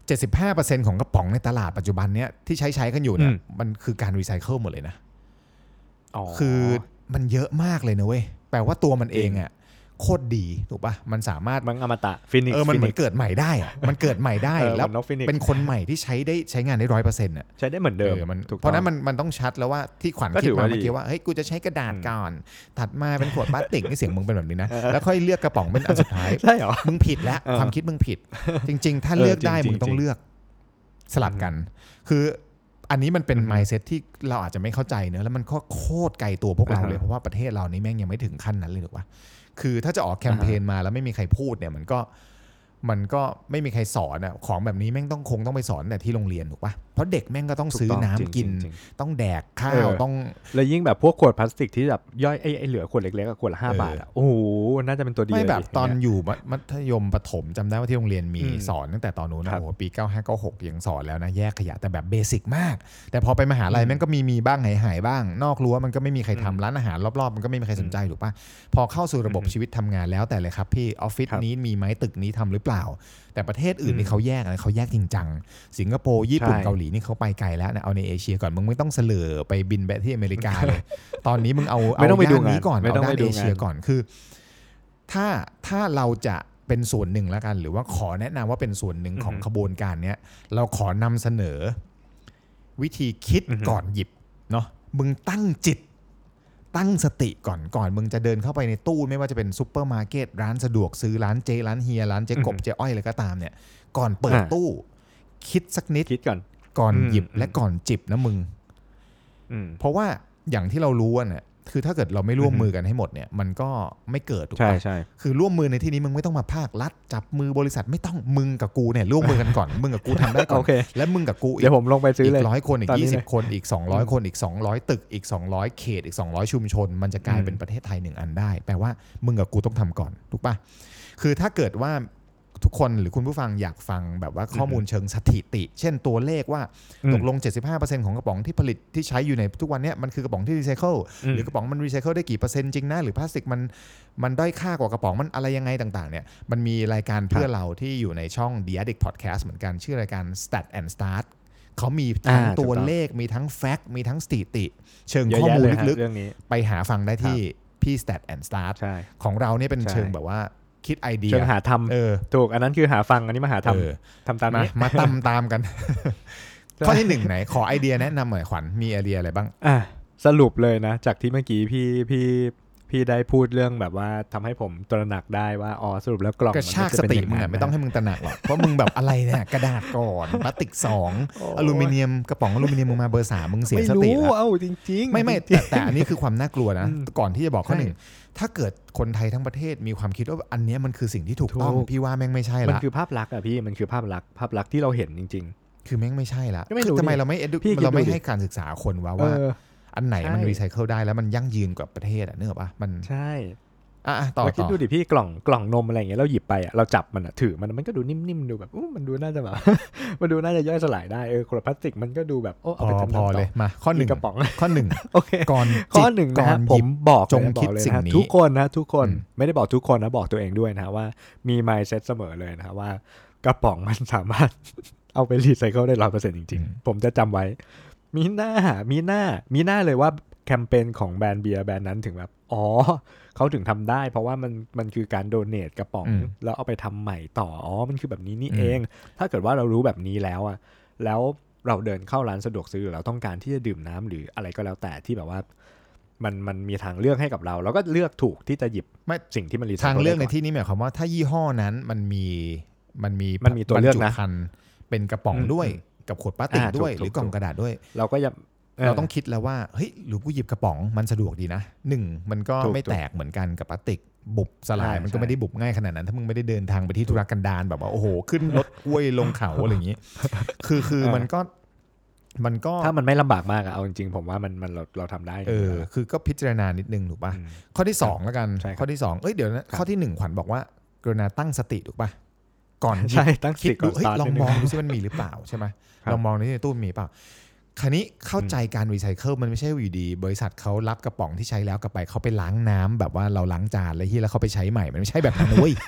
เจ็ดสิบห้าเปอร์เซ็นต์ ของกระป๋องในตลาดปัจจุบันเนี้ยที่ใช้ใช้กันอยู่เนี่ยมันคือการรีไซเคิลหมดเลยนะคือมันเยอะมากเลยนะเว้ยแปลว่าตัวมันเองอ่ะโคตรดีถูกป่ะมันสามารถมันอมตะฟินิกซ์เออมันเหมือนเกิดใหม่ได้อะมันเกิดใหม่ได้แล้วเป็นคนใหม่ที่ใช้ได้ใช้งานได้ ร้อยเปอร์เซ็นต์ อ่ะใช้ได้เหมือนเดิมเพราะนั้นมันมันต้องชัดแล้วว่าที่ขวัญคิดมาเมื่อกี้ว่าเฮ้ยกูจะใช้กระดาษก่อนถัดมาเป็นขวดพลาสติกนี่เสียงมึงเป็นแบบนี้นะแล้วค่อยเลือกกระป๋องเป็นอันสุดท้ายใช่เหรอมึงผิดแล้วความคิดมึงผิดจริงๆถ้าเลือกได้มึงต้องเลือกสลับกันคืออันนี้มันเป็น mindset ที่เราอาจจะไม่เข้าใจเนอะแล้วมันก็โคตรไกลตัวพวกเราเลยเพราะว่าประเทศเรานี่แม่งยังไม่ถึงขั้นนั้นเลยหรอกวะคือถ้าจะออกแคมเปญมาแล้วไม่มีใครพูดเนี่ยมันก็มันก็ไม่มีใครสอนอ่ะของแบบนี้แม่งต้องคงต้องไปสอนแต่ที่โรงเรียนถูกป่ะเพราะเด็กแม่งก็ต้องซื้อน้ำกินต้องแดกข้าวต้องแล้วยิ่งแบบพวกขวดพลาสติกที่แบบย่อยไอ้ไอ้เหลือขวดเล็กๆกับขวดละห้าบาทอ่ะโอ้โหน่าจะเป็นตัวดีไม่แบบตอนอยู่มัธยมประถมจำได้ว่าที่โรงเรียนมีสอนตั้งแต่ตอนนู้นนะโอ้โหปีเก้าห้าเก้าหกยังสอนแล้วนะแยกขยะแต่แบบเบสิกมากแต่พอไปมหาลัยแม่งก็มีมีบ้างหายๆบ้างนอกรั้วมันก็ไม่มีใครทำร้านอาหารรอบๆมันก็ไม่มีใครสนใจถูกป่ะพอเข้าสู่ระบบชีวิตทำงานแล้วแต่เลยครับพี่ออฟฟิศนี้มีไหมตึกนี้ทำหรือเปล่าแต่ประเทศอื่นนี่เขาแยกนะเขาแยกจริงจังสิงคโปร์ญี่ปุ่นเกาหลีนี่เขาไปไกลแล้วนะเอาในเอเชียก่อนมึงไม่ต้องเสลอไปบินไปที่อเมริกาเลยตอนนี้มึงเอาเอาด้านนี้ก่อนเอาด้านเอเชียก่อนคือถ้าถ้าเราจะเป็นส่วนหนึ่งแล้วกันหรือว่าขอแนะนำว่าเป็นส่วนหนึ่งของขบวนการนี้เราขอนำเสนอวิธีคิดก่อนหยิบเนาะมึงตั้งจิตตั้งสติก่อนก่อนมึงจะเดินเข้าไปในตู้ไม่ว่าจะเป็นซุปเปอร์มาร์เก็ตร้านสะดวกซื้อร้านเจร้านเฮียร้านเจกบเจอ้อยอะไรก็ตามเนี่ยก่อนเปิดตู้คิดสักนิดคิดก่อนก่อนหยิบและก่อนจิบนะมึงเพราะว่าอย่างที่เรารู้เนี่ยคือถ้าเกิดเราไม่ร่วมมือกันให้หมดเนี่ยมันก็ไม่เกิดถูกป่ะใช่ๆคือร่วมมือในที่นี้มึงไม่ต้องมาภาครัฐจับมือบริษัทไม่ต้องมึงกับกูเนี่ยร่วมมือกันก่อนมึงกับกูทำได้ก่อนและมึงกับกูเดี๋ยวผมลงไปซื้อเลยอีกร้อยคนอีกยี่สิบคนอีกสองร้อยคนอีกสองร้อยตึกอีกสองร้อยเขตอีกสองร้อยชุมชนมันจะกลายเป็นประเทศไทยหนึ่งอันได้แปลว่ามึงกับกูต้องทำก่อนถูกป่ะคือถ้าเกิดว่าทุกคนหรือคุณผู้ฟังอยากฟังแบบว่าข้อมูลเชิงสถิติเช่นตัวเลขว่าตกลง เจ็ดสิบห้าเปอร์เซ็นต์ ของกระป๋องที่ผลิตที่ใช้อยู่ในทุกวันนี้มันคือกระป๋องที่รีไซเคิลหรือกระป๋องมันรีไซเคิลได้กี่เปอร์เซ็นต์จริงนะหรือพลาสติกมันมันด้อยค่ากว่ากระป๋องมันอะไรยังไงต่างๆเนี่ยมันมีรายการเพื่อเราที่อยู่ในช่อง The Addict Podcast เหมือนกันชื่อรายการ Stat and Start เขามีทั้งตัวเลขมีทั้งแฟกต์มีทั้งสถิติเชิงข้อมูลลึกๆไปหาฟังได้ที่พี่ Stat and Start ของเราเนี่ยเป็นเชิงแบบว่าคิดไอเดียเชิงหาทำเออถูกอันนั้นคือหาฟังอันนี้มาหาทำทำตามนี้มาตามตามกันข้อที่หนึ่งไหนขอไอเดียแนะนำหน่อยขวัญมีไอเดียอะไรบ้างอ่ะสรุปเลยนะจากที่เมื่อกี้พี่พี่พี่ได้พูดเรื่องแบบว่าทำให้ผมตระหนักได้ว่าอ๋อสรุปแล้วกล่องกระชากสติมึงไม่ต้องให้มึงตระหนักหรอกเพราะมึงแบบอะไรเนี่ยกระดาษก่อนพลาสติกสองอลูมิเนียมกระป๋องอลูมิเนียมมึงมาเบอร์สามมึงเสียสติแล้วเอ้าจริงๆไม่ไม่แต่อันนี้คือความน่ากลัวนะก่อนที่จะบอกข้อหนึ่งถ้าเกิดคนไทยทั้งประเทศมีความคิดว่าอันนี้มันคือสิ่งที่ถูกต้องพี่ว่าแม่งไม่ใช่ละมันคือภาพลักษณ์อ่ะพี่มันคือภาพลักษณ์ภาพลักษณ์ที่เราเห็นจริงๆคือแม่งไม่ใช่ละทำไมเราไม่เราไม่ให้การศึกษาคนว่าว่าอันไหนมันรีไซเคิลได้แล้วมันยั่งยืนกว่าประเทศอ่ะนึกออกปะมันใช่อ่ะต่อคิดดูดิพี่กล่องกล่องนมอะไรอย่างเงี้ยเราหยิบไปอ่ะเราจับมันอ่ะถือมันมันก็ดูนิ่มๆดูแบบอู้มันดูน่าจะแบบมันดูน่าจะย่อยสลายได้เออขวดพลาสติกมันก็ดูแบบโอ้เอาไปทำพอเลยมาข้อหนึ่งกระป๋องข้อหนึ่งโอเคก่อนข้อหนึ่งนะผมบอกจงคิดสิ่งนี้ทุกคนนะทุกคนไม่ได้บอกทุกคนนะบอกตัวเองด้วยนะว่ามี mindset เสมอเลยนะว่ากระป๋องมันสามารถเอาไปรีไซเคิลได้ ร้อยเปอร์เซ็นต์ จริงๆผมจะจำไว้มีหน้ามีหน้ามีหน้าเลยว่าแคมเปญของแบรนด์เบียร์แบรนด์นั้นถึงแบบอ๋อเขาถึงทำได้เพราะว่ามันมันคือการโดเนทกระป๋องแล้วเอาไปทำใหม่ต่ออ๋อมันคือแบบนี้นี่เองถ้าเกิดว่าเรารู้แบบนี้แล้วอะแล้วเราเดินเข้าร้านสะดวกซื้อหรือเราต้องการที่จะดื่มน้ำหรืออะไรก็แล้วแต่ที่แบบว่ามันมันมีทางเลือกให้กับเราเราก็เลือกถูกที่จะหยิบสิ่งที่มันรีไซเคิลทางเลือกในที่นี้หมายความว่าถ้ายี่ห้อนั้นมันมีมันมีมันมีตัวเลือกนะเป็นกระป๋องด้วยกับขวดพลาสติกด้วยหรือกล่องกระดาษด้วยเราก็จะเราต้องคิดแล้วว่าเฮ้ยหรือกูหยิบกระป๋องมันสะดวกดีนะหนึ่งมันก็ไม่แตกเหมือนกันกับพลาสติกบุบสลายมันก็ไม่ได้บุบง่ายขนาดนั้นถ้ามึงไม่ได้เดินทางไปที่ธุรกันดารแบบว่าโอ้โหขึ้นรถห้วยลงเขาอะไรอย่างนี้คือคือมันก็มันก็ถ้ามันไม่ลำบากมากอะเอาจริงๆผมว่ามันมันเราเราทำได้เออคือก็พิจารณานิดนึงถูกป่ะข้อที่สองแล้วกันข้อที่สองเอ้ยเดี๋ยวนะข้อที่หนึ่งขวัญบอกว่ากรุณาตั้งสติถูกป่ะก่อนใช่ตั้งคิดดูเฮ้ยลองมองดูซิมันมีหรือเปล่าใช่ไหมลองมองในตู้มีเปล่าคราวนี้เข้าใจการรีไซเคิลมันไม่ใช่อยู่ดีบริษัทเขารับกระป๋องที่ใช้แล้วกลับไปเขาไปล้างน้ำแบบว่าเราล้างจานอะไรที่แล้วเขาไปใช้ใหม่มันไม่ใช่แบบนั้นเว้ย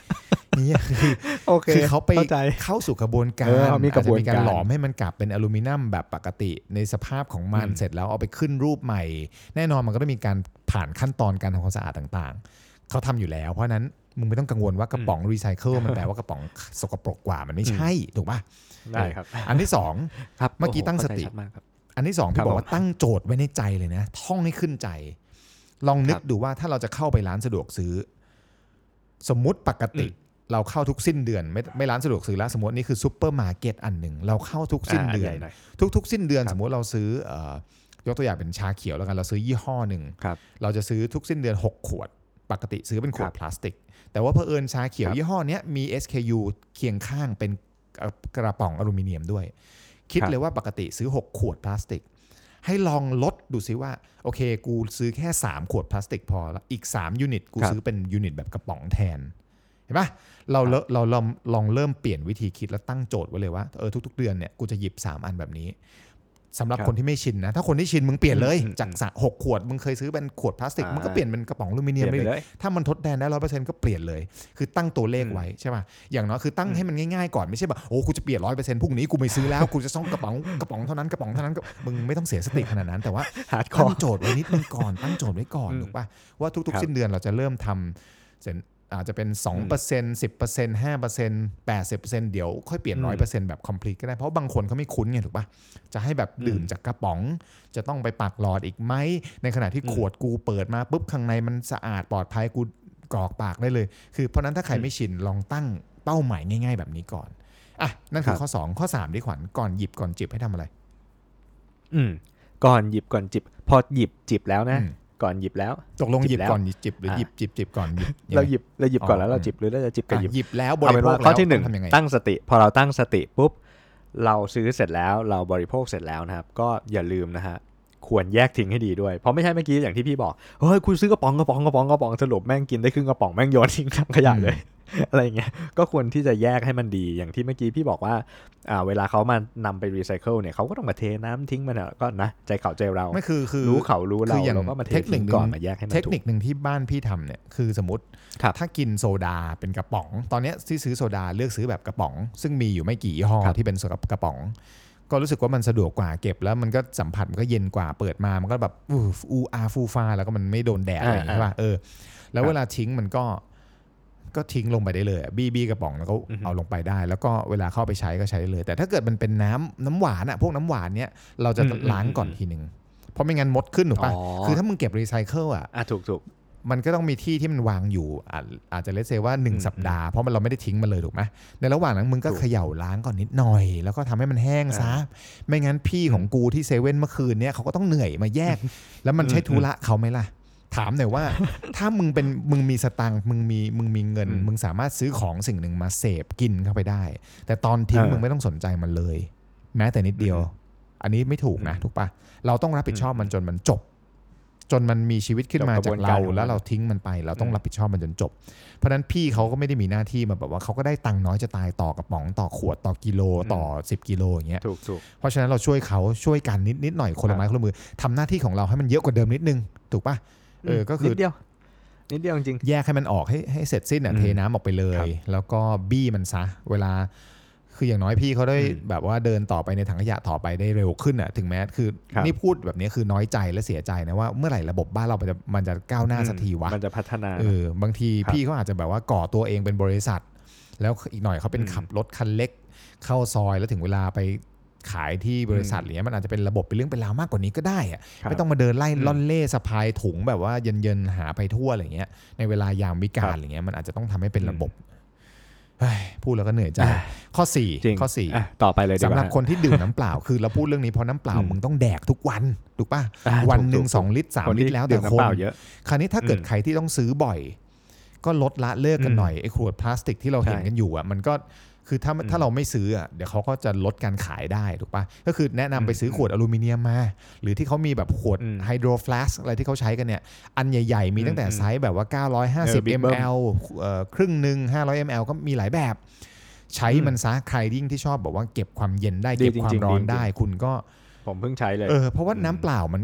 นี่คือโอเคคือเขาไปเข้าใจเข้าสู่กระบวนการเออมีกระบวนอาจจะมีการการหลอมให้มันกลับเป็นอลูมิเนียมแบบปกติในสภาพของมันอืมเสร็จแล้วเอาไปขึ้นรูปใหม่ แน่นอนมันก็ต้องมีการผ่านขั้นตอนการทำความสะอาดต่างๆเขาทำอยู่แล้วเพราะนั้นมึงไม่ต้องกังวลว่ากระป๋องรีไซเคิลมันแปลว่ากระป๋องสกปรกกว่ามันไม่ใช่ถูกป่ะได้ครับอันที่สองครับเมื่อกี้ตั้งสติโอ้โหเข้าใจชัดมากครับอันที่สองครัพี่บบอกว่าตั้งโจทย์ไว้ในใจเลยนะท่องให้ขึ้นใจ ลองนึกครับดูว่าถ้าเราจะเข้าไปร้านสะดวกซื้อ สมมุติปกติอืมเราเข้าทุกสิ้นเดือนไม่ไม่ร้านสะดวกซื้อแล้วสมมตินี่คือซุปเปอร์มาร์เก็ตอันหนึ่งเราเข้าทุกสิ้นเดือนอ่าใหญ่หน่อยทุกๆ สิ้นเดือนครับสมมุติเราซื้อเอ่อยกตัวอย่างเป็นชาเขียวแล้วกันเราซื้อยี่ห้อหนึ่งครับเราจะซื้อทุกสิ้นเดือนหกขวดปกติซื้อเป็นขวคดรับพลาสติก แต่ว่าเผอิญชาเขียวครับยี่ห้อเนี้ยมี เอส เค ยู เคียงข้างเป็นกระป๋องอลูมิเนียมด้วย คิดครับเลยว่าปกติซื้อหกขวดพลาสติก ให้ลองลดดูซิว่าโอเคกูซื้อแค่สามขวดพลาสติกพอแล้วอีกสามยูนิตกูครับซื้อเป็นยูนิตแบบกระป๋องแทนเห็นปะเราเลเราลองลองเริ่มเปลี่ยนวิธีคิดแล้วตั้งโจทย์ไว้เลยว่าเออทุกๆเดือนเนี่ยกูจะหยิบสามอันแบบนี้สำหรับครับคนที่ไม่ชินนะถ้าคนที่ชินมึงเปลี่ยนเลยอืมจากสะหกขวดมึงเคยซื้อเป็นขวดพลาสติกอ่ามึมึงก็เปลี่ยนเป็นกระป๋องอลูมิเนียมเปลี่ยนไปเลเลย ยถ้ามันทดแทนได้ร้อยเปอร์เซ็นต์ก็เปลี่ยนเลยคือตั้งตัวเลขไว้ใช่ป่ะอย่างน้อยคือตั้งให้มันง่ายๆก่อนไม่ใช่แบบโอ้กูจะเปลี่ยนร้อยเปอร์เซ็นต์พรุ่งนี้กูไม่ซื้อแล้วกูจะต้องกระป๋องกระป๋องเท่านั้นกระป๋องเท่านั้นก็มึงไม่ต้องเสียสติขนาดนั้นแต่ว่าฮาร์ดคอตั้งร์โจทย์ไว้นิดนึงก่อนตั้งโจทย์ไว้ก่อนอืมถูกป่ะว่าทุกครัๆบสิ้นเดือนเราจะเริ่มทำเสร็จอาจจะเป็น สองเปอร์เซ็นต์ สิบเปอร์เซ็นต์ ห้าเปอร์เซ็นต์ แปดสิบเปอร์เซ็นต์ เดี๋ยวค่อยเปลี่ยนอืมร้อยเปอร์เซ็นต์ แบบ complete ก็ได้เพราะบางคนเขาไม่คุ้นไงถูกป่ะจะให้แบบดื่มอืมจากกระป๋องจะต้องไปปักหลอดอีกไหมในขณะที่อืมขวดกูเปิดมาปุ๊บข้างในมันสะอาดปลอดภัยกูกรอกปากได้เลยคือเพราะนั้นถ้าใครอืมไม่ชินลองตั้งเป้าหมายง่ายๆแบบนี้ก่อนอ่ะนั่นคือครับข้อสองข้อสามดิขวัญก่อนหยิบก่อนจิบให้ทำอะไรอืมก่อนหยิบก่อนจิบ พอหยิบจิบแล้วนะอืมก่อนหยิบแล้วตกลงจิบหยิบแล้วก่อนจิบหรืออ่ะหยิบจิบจิบก่อนหยิบยังไงเราหยิบเราหยิบก่อนแล้วอ๋อเราจิบหรือเราจะจิบกับหยิบอ่ะหยิบแล้วบเอาริเป็นโภว่าคข้อแล้วที่หนึ่งต้องทำยังไงตั้งสติ พอเราตั้งสติปุ๊บเราซื้อเสร็จแล้วเราบริโภคเสร็จแล้วนะครับ ก็อย่าลืมนะฮะควรแยกทิ้งให้ดีด้วยเพราะไม่ใช่เมื่อกี้อย่างที่พี่บอกเฮ้ยคุณซื้อกระป๋องกระป๋องกระป๋องกระป๋องสรุปแม่งกินได้ครึ่งกระป๋องแม่งโยนทิ้งถังขยะเลย อะไรอย่างเงี้ยก็ควรที่จะแยกให้มันดีอย่างที่เมื่อกี้พี่บอกว่าอ่าเวลาเขามานำไปรีไซเคิลเนี่ยเขาก็ต้องมาเทน้ำทิ้งมันอะก็นะใจเขาใจเราไม่คือคือรู้เขารู้เราคืออย่างเราก็มาเทเทคนิทิ้คงหนึ่งก่อนมาแยกให้มันเทคถูนิคกหนึ่งที่บ้านพี่ทำเนี่ยคือสมมติครับถ้ากินโซดาเป็นกระป๋อง ตอนเนี้ยที่ซื้อโซดาเลือกซื้อแบบกระป๋อง ซึ่งมีอยู่ไม่กี่ยี่ห้อครับที่เป็นกระป๋อง ก็รู้สึกว่ามันสะดวกกว่าเก็บแล้วมันก็สัมผัสมันก็เย็นกว่าเปิดมามันก็แบบอูอูอาฟูฟาแล้วก็มันไม่โดนแดดอะไรอย่างเงี้ยใช่ป่ะเออแล้วเวลาทิ้งมันก็ก็ทิ้งลงไปได้เลยอะบี้บี้กระป๋องแล้วก็อือฮึเอาลงไปได้ แล้วก็เวลาเข้าไปใช้ก็ใช้ได้เลย แต่ถ้าเกิดมันเป็นน้ำน้ำหวานอะพวกน้ำหวานเนี้ยเราจะอืมล้างก่อนอืมทีนึงเพราะไม่งั้นมดขึ้นถูกป่ะอ๋อคือถ้ามึงเก็บรีไซเคิลอะอ่ะถูกถูกมันก็ต้องมีที่ที่มันวางอยู่อาจอาจจะเลทเซว่าหนึ่งอืมสัปดาห์เพราะมันเราไม่ได้ทิ้งมันเลยถูกไหมในระหว่างนั้นมึงก็ถูกเขย่าล้างก่อนนิดหน่อย แล้วก็ทำให้มันแห้งซะอ่าไม่งั้นพี่ของกูที่เซเว่นเมื่อคืนเนี้ยเขาก็ต้องเหนื่อยมาแยก แล้วมันใช่อืมธุระเขาไหมล่ะ ถามหน่อยว่า ถ้ามึงเป็นมึงมีสตังค์มึงมีมึงมีเงินอืมมึงสามารถซื้อของสิ่งหนึ่งมาเสพกินเข้าไปได้ แต่ตอนทิ้งเออมึงไม่ต้องสนใจมันเลย แม้แต่นิดเดียว อันนี้ไม่ถูกนะอืมถูกปะเราต้องรับผิดชอบมันจนมันจบ จนมันมีชีวิตขึ้นมาจบกระจาบวกนเราการของมันแล้วเราทิ้งมันไป เราต้องอืมรับผิดชอบมันจนจบ เพราะฉะนั้นพี่เขาก็ไม่ได้มีหน้าที่มาแบบว่าเขาก็ได้ตังค์น้อยจะตายต่อกระป๋องต่อขวดต่อกิโลต่อสิบกิโลอย่างเงี้ยถูกถูกเพราะฉะนั้นเราช่วยเขาช่วยกันนิดนิดหน่อยคนละไม้คนละมือทำหน้าที่ของเราให้มันเยอะกว่าเดิมนิดนึงถูกปะเออก็คือนิดเดียวนิดเดียวจริงแยกให้มันออกให้ให้เสร็จสิ้นอ่ะอืมเทน้ำออกไปเลครัยบแล้วก็บี้มันซะเวลาคืออย่างน้อยพี่เขาได้อืมแบบว่าเดินต่อไปในถังขยะต่อไปได้เร็วขึ้นอ่ะถึงแม้คือครับนี่พูดแบบนี้คือน้อยใจและเสียใจนะว่าเมื่อไหร่ระบบบ้านเรามันจะมันจะก้าวหน้าสักทีวะมันจะพัฒนาเออบางทีครับพี่เขาอาจจะแบบว่าก่อตัวเองเป็นบริษัท แล้วอีกหน่อยเขาเป็นอืมขับรถคันเล็ก เข้าซอยแล้วถึงเวลาไปขายที่บริษัทอะไรเงี้ยมันอาจจะเป็นระบบเป็นเรื่องเป็นราวมากกว่านี้ก็ได้อะครับไม่ต้องมาเดินไล่อืมล่อนเล่สะพายถุงแบบว่าเย็นๆหาไปทั่วอะไรเงี้ยในเวลายามวิกาครรับอะไรเงี้ยมันอาจจะต้องทำให้เป็นอืมระบบเฮ้ยพูดแล้วก็เหนื่อยใจอ่าข้อสี่จริงข้อสี่อ่ะต่อไปเลยดีกสำว่าหรับคนที่ดื่มน้ำเปล่า คือเราพูดเรื่องนี้เพราะน้ำเปล่าอืมมึงต้องแดกทุกวันถูกป่ะอ่าวันหนึ่งถูกๆสองลิตรสามคนลิที่ตรแล้วดื่แต่มคน้ำเปนล่าเยอะคราวนี้ถ้าเกิดอืมใครที่ต้องซื้อบ่อย ก็ลดละเลิกกันอืมหน่อยไอ้ขวดพลาสติกที่เราเห็นใช่กันอยู่อ่ะมันก็คือถ้าอืมถ้าเราไม่ซื้ออ่ะเดี๋ยวเขาก็จะลดการขายได้ถูกปะก็คือแนะนำไปซื้ออมขวดอลูมิเนียมมา หรือที่เขามีแบบขวดอืมไฮโดรฟลาสอะไรที่เขาใช้กันเนี่ยอันใหญ่ๆ มีตั้งแต่อืมไซส์แบบว่าเก้าร้อยห้าเอสิอบ Big มลเอ่อครึ่งหนึ่งห้าร้อยมลก็มีหลายแบบ ใช้อืมมันซะใครยิ่งที่ชอบบอกว่าเก็บความเย็นได้ดีเก็บความจริงๆร้อนดีจริงๆได้คุณก็ผมเพิ่งใช้เลยเออเพราะว่าน้ำเปล่ามันก็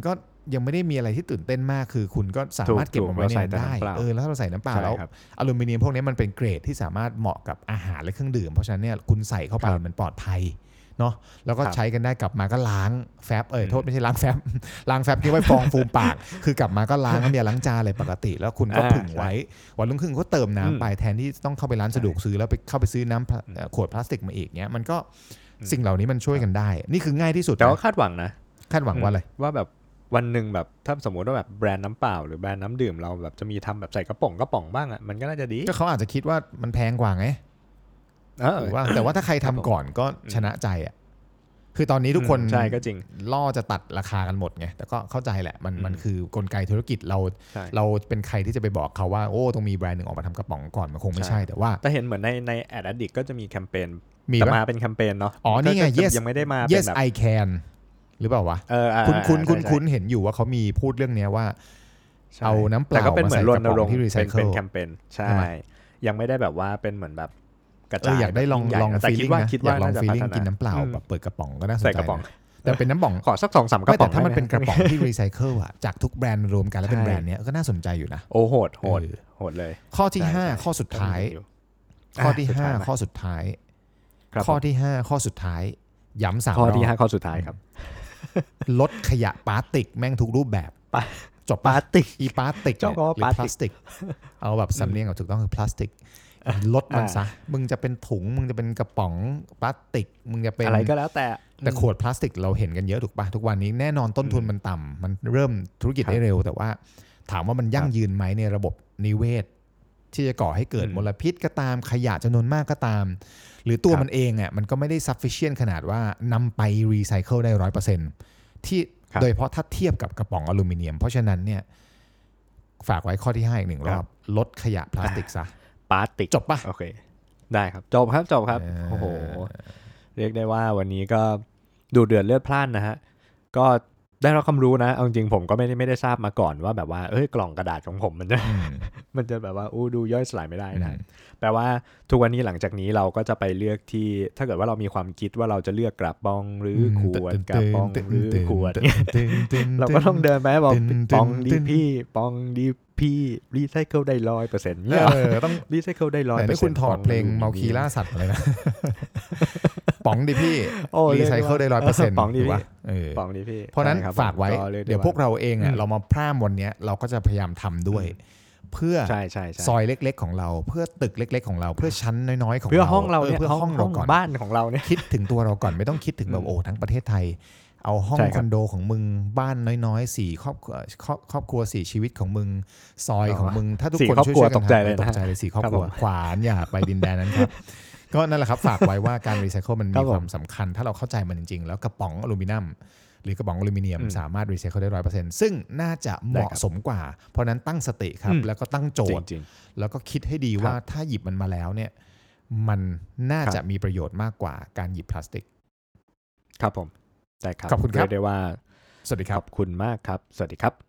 ยังไม่ได้มีอะไรที่ตื่นเต้นมากคือคุณก็สามารถเก็บมันไว้ในนั้นได้เออแล้วถ้าเราใส่น้ำเปล่าแล้วอลูมิเนียมพวกนี้มันเป็นเกรดที่สามารถเหมาะกับอาหารและเครื่องดื่มเพราะฉะนั้นเนี่ยคุณใส่เข้าไปมันปลอดภัยเนาะแล้วก็ใช้กันได้กลับมาก็ล้างแฟบเออโทษไม่ใช่ล้างแฟบล้างแฟบที่ไว้ฟองฟูมปากคือกลับมาก็ล้างน้ำยาล้างจานอะไรปกติแล้วคุณก็ผึ่งไว้วันรุ่งขึ้นก็เติมน้ำไปแทนที่ต้องเข้าไปร้านสะดวกซื้อแล้วไปเข้าไปซื้อน้ำขวดพลาสติกมาอีกเนี้ยมันก็สิ่งเหล่านี้มันช่วยกันได้นี่คือง่ายที่สุดแต่ว่าคาดหวังนะคาดหวังว่าอะไรว่าแบบวันหนึ่งแบบถ้าสมมติว่าแบบแบรนด์น้ำเปล่าหรือแบรนด์น้ำดื่มเราแบบจะมีทำแบบใส่กระป๋องกระป๋องบ้างอ่ะมันก็น่าจะดีก็เขาอาจจะคิดว่ามันแพงกว่าไงหรือว่าแต่ว่าถ้าใครทำก่อนก็ชนะใจอ่ะคือตอนนี้ทุกคนใช่ก็จริงล่อจะตัดราคากันหมดไงแต่ก็เข้าใจแหละมันมันคือกลไกธุรกิจเราเราเป็นใครที่จะไปบอกเขาว่าโอ้ต้องมีแบรนด์หนึ่งออกมาทำกระป๋องก่อนมันคงไม่ใช่แต่ว่าแต่เห็นเหมือนในในแอดดิกก็จะมีแคมเปญแต่มาเป็นแคมเปญเนาะอ๋อนี่ไง yes ยังไม่ได้มาเป็นแบบ yes I can หรือเปล่าวะคุณคุณคุณคุณเห็นอยู่ว่าเขามีพูดเรื่องนี้ว่าเอาน้ำเปล่ามาใส่กระป๋องที่รีไซเคิลเป็นแคมเปญใช่ยังไม่ได้แบบว่าเป็นเหมือนแบบกระจายอยากได้ลองลองฟีลลิ่งนะอยากลองฟีลลิ่งกินน้ำเปล่าแบบเปิดกระป๋องก็น่าสนใจแต่เป็นน้ำป๋องขอสักสองสามกระป๋องแต่ถ้ามันเป็นกระป๋องที่รีไซเคิลอะจากทุกแบรนด์รวมกันแล้วเป็นแบรนด์เนี้ยก็น่าสนใจอยู่นะโอ้โหดโหดโหดเลยข้อที่ห้าข้อสุดท้ายข้อที่ห้าข้อสุดท้ายข้อที่ห้าข้อสุดท้ายย้ำสามรอบข้อที่ห้าข้อสุดท้ายครับลดขยะพลาสติกแม่งทุกรูปแบบจบพลาสติกอีพลาสติกหรือพลาสติกเอาแบบสำเนียงถูกต้องคือพลาสติกลดมันซะมึงจะเป็นถุงมึงจะเป็นกระป๋องพลาสติกมึงจะเป็นอะไรก็แล้วแต่แต่ขวดพลาสติกเราเห็นกันเยอะถูกป่ะทุกวันนี้แน่นอนต้นทุนมันต่ำมันเริ่มธุรกิจได้เร็วแต่ว่าถามว่ามันยั่งยืนไหมในระบบนิเวศที่จะก่อให้เกิดมลพิษก็ตามขยะจำนวนมากก็ตามหรือตัวมันเองอ่ะมันก็ไม่ได้ sufficient ขนาดว่านำไปรีไซเคิลได้ ร้อยเปอร์เซ็นต์ ที่โดยเฉพาะถ้าเทียบกับกระป๋องอลูมิเนียมเพราะฉะนั้นเนี่ยฝากไว้ข้อที่ห้าอีกหนึ่งรอบลดขยะพลาสติกซะพลาสติกจบป่ะโอเคได้ครับจบครับจบครับโอ้โหเรียกได้ว่าวันนี้ก็ดูเดือดเลือดพล่านนะฮะก็ได้รับความรู้นะเอาจริงผมก็ไม่ได้ไม่ได้ทราบมาก่อนว่าแบบว่าเอ้ยกล่องกระดาษของผมมันจะมันจะแบบว่าอู้ดูย่อยสลายไม่ได้นะแปลว่าทุกวันนี้หลังจากนี้เราก็จะไปเลือกที่ถ้าเกิดว่าเรามีความคิดว่าเราจะเลือกกระป๋องหรือขวดกระป๋องหรือขวดเราก็ต้องเดินไปบอกป๋องดีพี่ป๋องดีพี่รีไซเคิลได้ร้อยเปอร์เซ็นต์เนี่ยต้องรีไซเคิลได้ร้อยแต่ถ้าคุณถอดเพลงเมาคีล่าสัตว์อะไรนะป๋องดิพี่รีไซเคิลได้ร้อยเปอร์เซ็นต์ป๋องดิพี่ป๋องดิพี่เพราะนั้นฝากไว้เดี๋ยวพวกเราเองอ่ะเรามาพร่ำวันนี้เราก็จะพยายามทำด้วยเพื่อซอยเล็กๆของเราเพื่อตึกเล็กๆของเราเพื่อชั้นน้อยๆของเราเพื่อห้องเราเนี่ยเพื่อห้องเราก่อนบ้านของเราเนี่ยคิดถึงตัวเราก่อนไม่ต้องคิดถึงแบบโอ้ทั้งประเทศไทยเอาห้องคอนโดของมึงบ้านน้อยๆสี่ครอบครอบครัวสี่ชีวิตของมึงซอยของมึงถ้าทุกคนช่วยๆกันทำตกใจเลยสี่ครอบครัวขวานอย่าไปดินแดนนั้นครับก็นั่นแหละครับฝากไว้ว่าการรีไซเคิลมันมีความสำคัญถ้าเราเข้าใจมันจริงๆแล้วกระป๋องอลูมิเนียมหรือกระป๋องอลูมิเนียมสามารถรีไซเคิลได้ ร้อยเปอร์เซ็นต์ ซึ่งน่าจะเหมาะสมกว่าเพราะนั้นตั้งสติครับแล้วก็ตั้งโจทย์แล้วก็คิดให้ดีว่าถ้าหยิบมันมาแล้วเนี่ยมันน่าจะมีประโยชน์มากกว่าการหยิบพลาสติกครับผมได้ครับขอบคุณครับเรียกได้ว่าสวัสดีครับขอบคุณมากครับสวัสดีครับ